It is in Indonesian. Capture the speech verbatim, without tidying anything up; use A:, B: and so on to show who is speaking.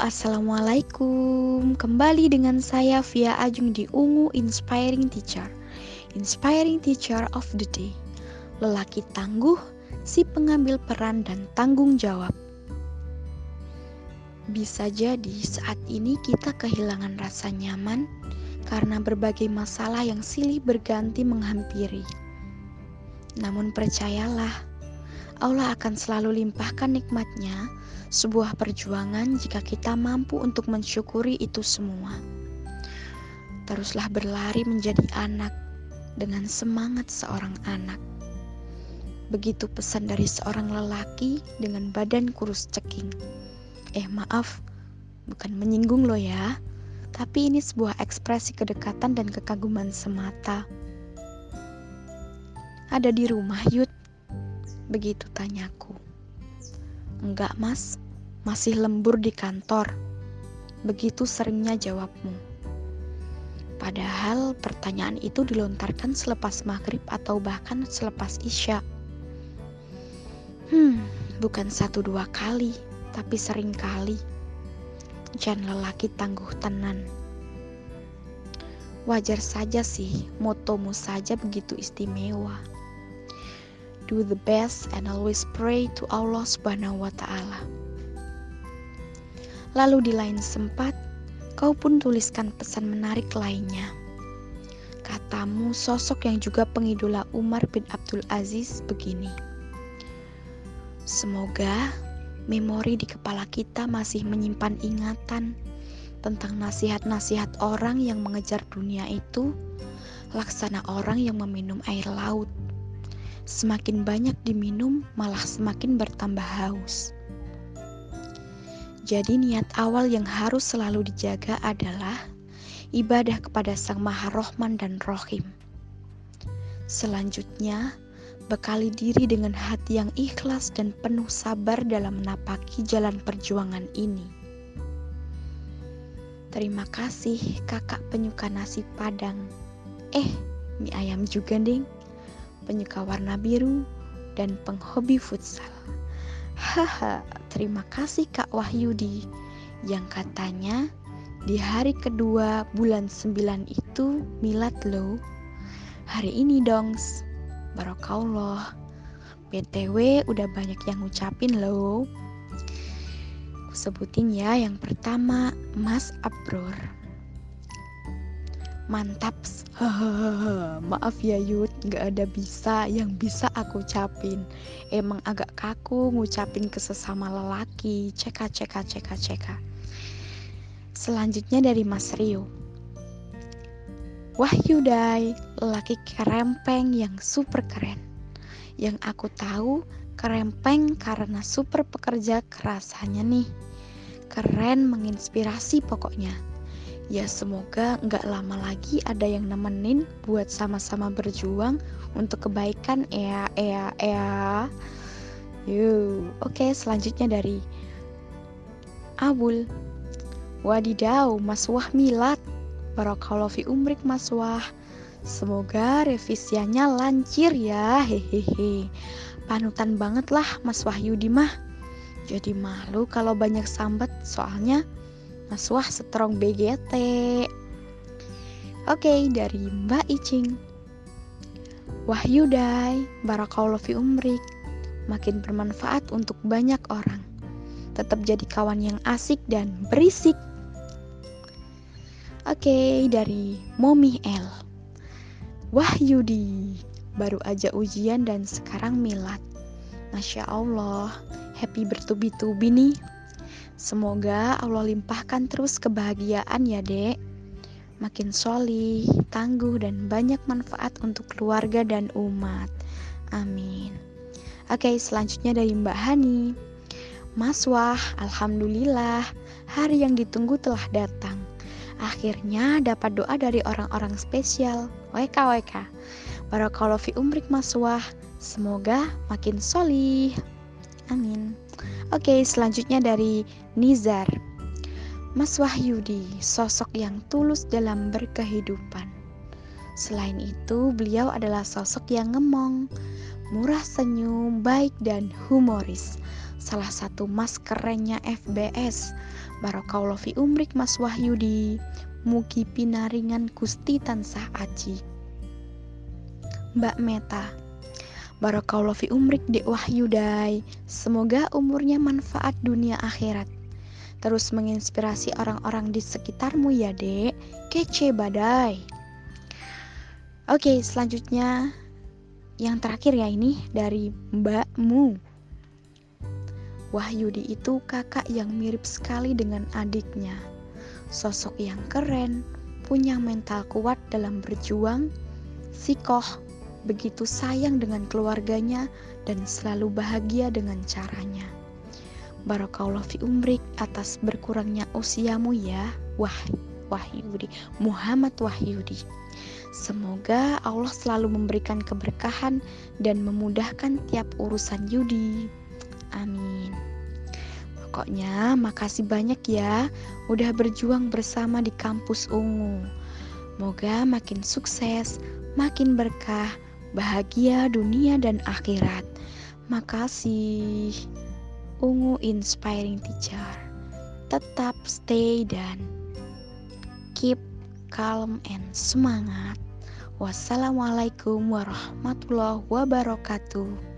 A: Assalamualaikum. Kembali dengan saya Via Ajung di Ungu Inspiring Teacher. Inspiring Teacher of the Day. Lelaki tangguh, si pengambil peran dan tanggung jawab. Bisa jadi saat ini kita kehilangan rasa nyaman karena berbagai masalah yang silih berganti menghampiri. Namun percayalah, Allah akan selalu limpahkan nikmat-Nya, sebuah perjuangan jika kita mampu untuk mensyukuri itu semua. Teruslah berlari menjadi anak dengan semangat seorang anak. Begitu pesan dari seorang lelaki dengan badan kurus ceking. Eh maaf, bukan menyinggung lo ya, tapi ini sebuah ekspresi kedekatan dan kekaguman semata. Ada di rumah, Yud? Begitu tanyaku. Enggak mas, masih lembur di kantor. Begitu seringnya jawabmu. Padahal pertanyaan itu dilontarkan selepas maghrib atau bahkan selepas isya. Hmm, bukan satu dua kali, tapi sering kali. Jan lelaki tangguh tenan. Wajar saja sih, motomu saja begitu istimewa. Do the best and always pray to Allah Subhanahu wa Ta'ala. Lalu di lain sempat, kau pun tuliskan pesan menarik lainnya. Katamu sosok yang juga pengidola Umar bin Abdul Aziz begini. Semoga memori di kepala kita masih menyimpan ingatan tentang nasihat-nasihat orang yang mengejar dunia itu, laksana orang yang meminum air laut. Semakin banyak diminum, malah semakin bertambah haus. Jadi niat awal yang harus selalu dijaga adalah ibadah kepada Sang Maha Rohman dan Rohim. Selanjutnya, bekali diri dengan hati yang ikhlas dan penuh sabar dalam menapaki jalan perjuangan ini. Terima kasih kakak penyuka nasi padang. Eh, mie ayam juga ding. Penyuka warna biru, dan penghobi futsal. Haha, terima kasih Kak Wahyudi, yang katanya di hari kedua bulan sembilan itu milad loh. Hari ini dongs, barokallah. B T W udah banyak yang ngucapin loh. Aku sebutin ya, yang pertama Mas Abror. Mantap, hahaha. Maaf ya Yud, gak ada bisa yang bisa aku ucapin. Emang agak kaku ngucapin ke sesama lelaki. Ceka ceka ceka ceka. Selanjutnya dari Mas Rio. Wahyudai, lelaki kerempeng yang super keren. Yang aku tahu kerempeng karena super pekerja kerasanya nih. Keren menginspirasi pokoknya. Ya semoga nggak lama lagi ada yang nemenin buat sama-sama berjuang untuk kebaikan ya ya ya. Yuk, oke selanjutnya dari Abul. Wadidaw, Mas Wah milad. Barakallahu fi umrik Mas Wah. Semoga revisiannya lancir ya. Hehehe. Panutan banget lah Mas Wahyudi mah. Jadi malu kalau banyak sambat soalnya Mas Wah strong B G T. Oke, dari Mbak Icing. Wahyudai, barakallahu fi umrik. Makin bermanfaat untuk banyak orang. Tetap jadi kawan yang asik dan berisik. Oke, dari Momi L. Wahyudi, baru aja ujian dan sekarang milad. Masya Allah, happy bertubi-tubi nih. Semoga Allah limpahkan terus kebahagiaan ya dek. Makin solih, tangguh dan banyak manfaat untuk keluarga dan umat. Amin. Oke, selanjutnya dari Mbak Hani. Mas Wah, alhamdulillah hari yang ditunggu telah datang. Akhirnya dapat doa dari orang-orang spesial. W K W K. Barakallahu fi umrik Mas Wah. Semoga makin solih. Amin. Oke, selanjutnya dari Nizar. Mas Wahyudi, sosok yang tulus dalam berkehidupan. Selain itu, beliau adalah sosok yang ngemong, murah senyum, baik dan humoris. Salah satu mas kerennya F B S. Barakallahu fi umrik Mas Wahyudi. Mugi pinaringan Gusti tansah aji. Mbak Meta. Barakallahu fi umrik Dek Wahyudai. Semoga umurnya manfaat dunia akhirat. Terus menginspirasi orang-orang di sekitarmu ya Dek. Kece badai. Oke, selanjutnya yang terakhir ya ini dari Mbakmu. Wahyudi itu kakak yang mirip sekali dengan adiknya. Sosok yang keren, punya mental kuat dalam berjuang, sikoh, begitu sayang dengan keluarganya dan selalu bahagia dengan caranya. Barakallahu fi umrik atas berkurangnya usiamu ya, Wah, Wahyudi, Muhammad Wahyudi. Semoga Allah selalu memberikan keberkahan dan memudahkan tiap urusan Yudi. Amin. Pokoknya makasih banyak ya udah berjuang bersama di kampus Ungu. Moga makin sukses, makin berkah, bahagia dunia dan akhirat. Makasih. Ungu Inspiring Teacher. Tetap stay dan keep calm and semangat. Wassalamualaikum warahmatullahi wabarakatuh.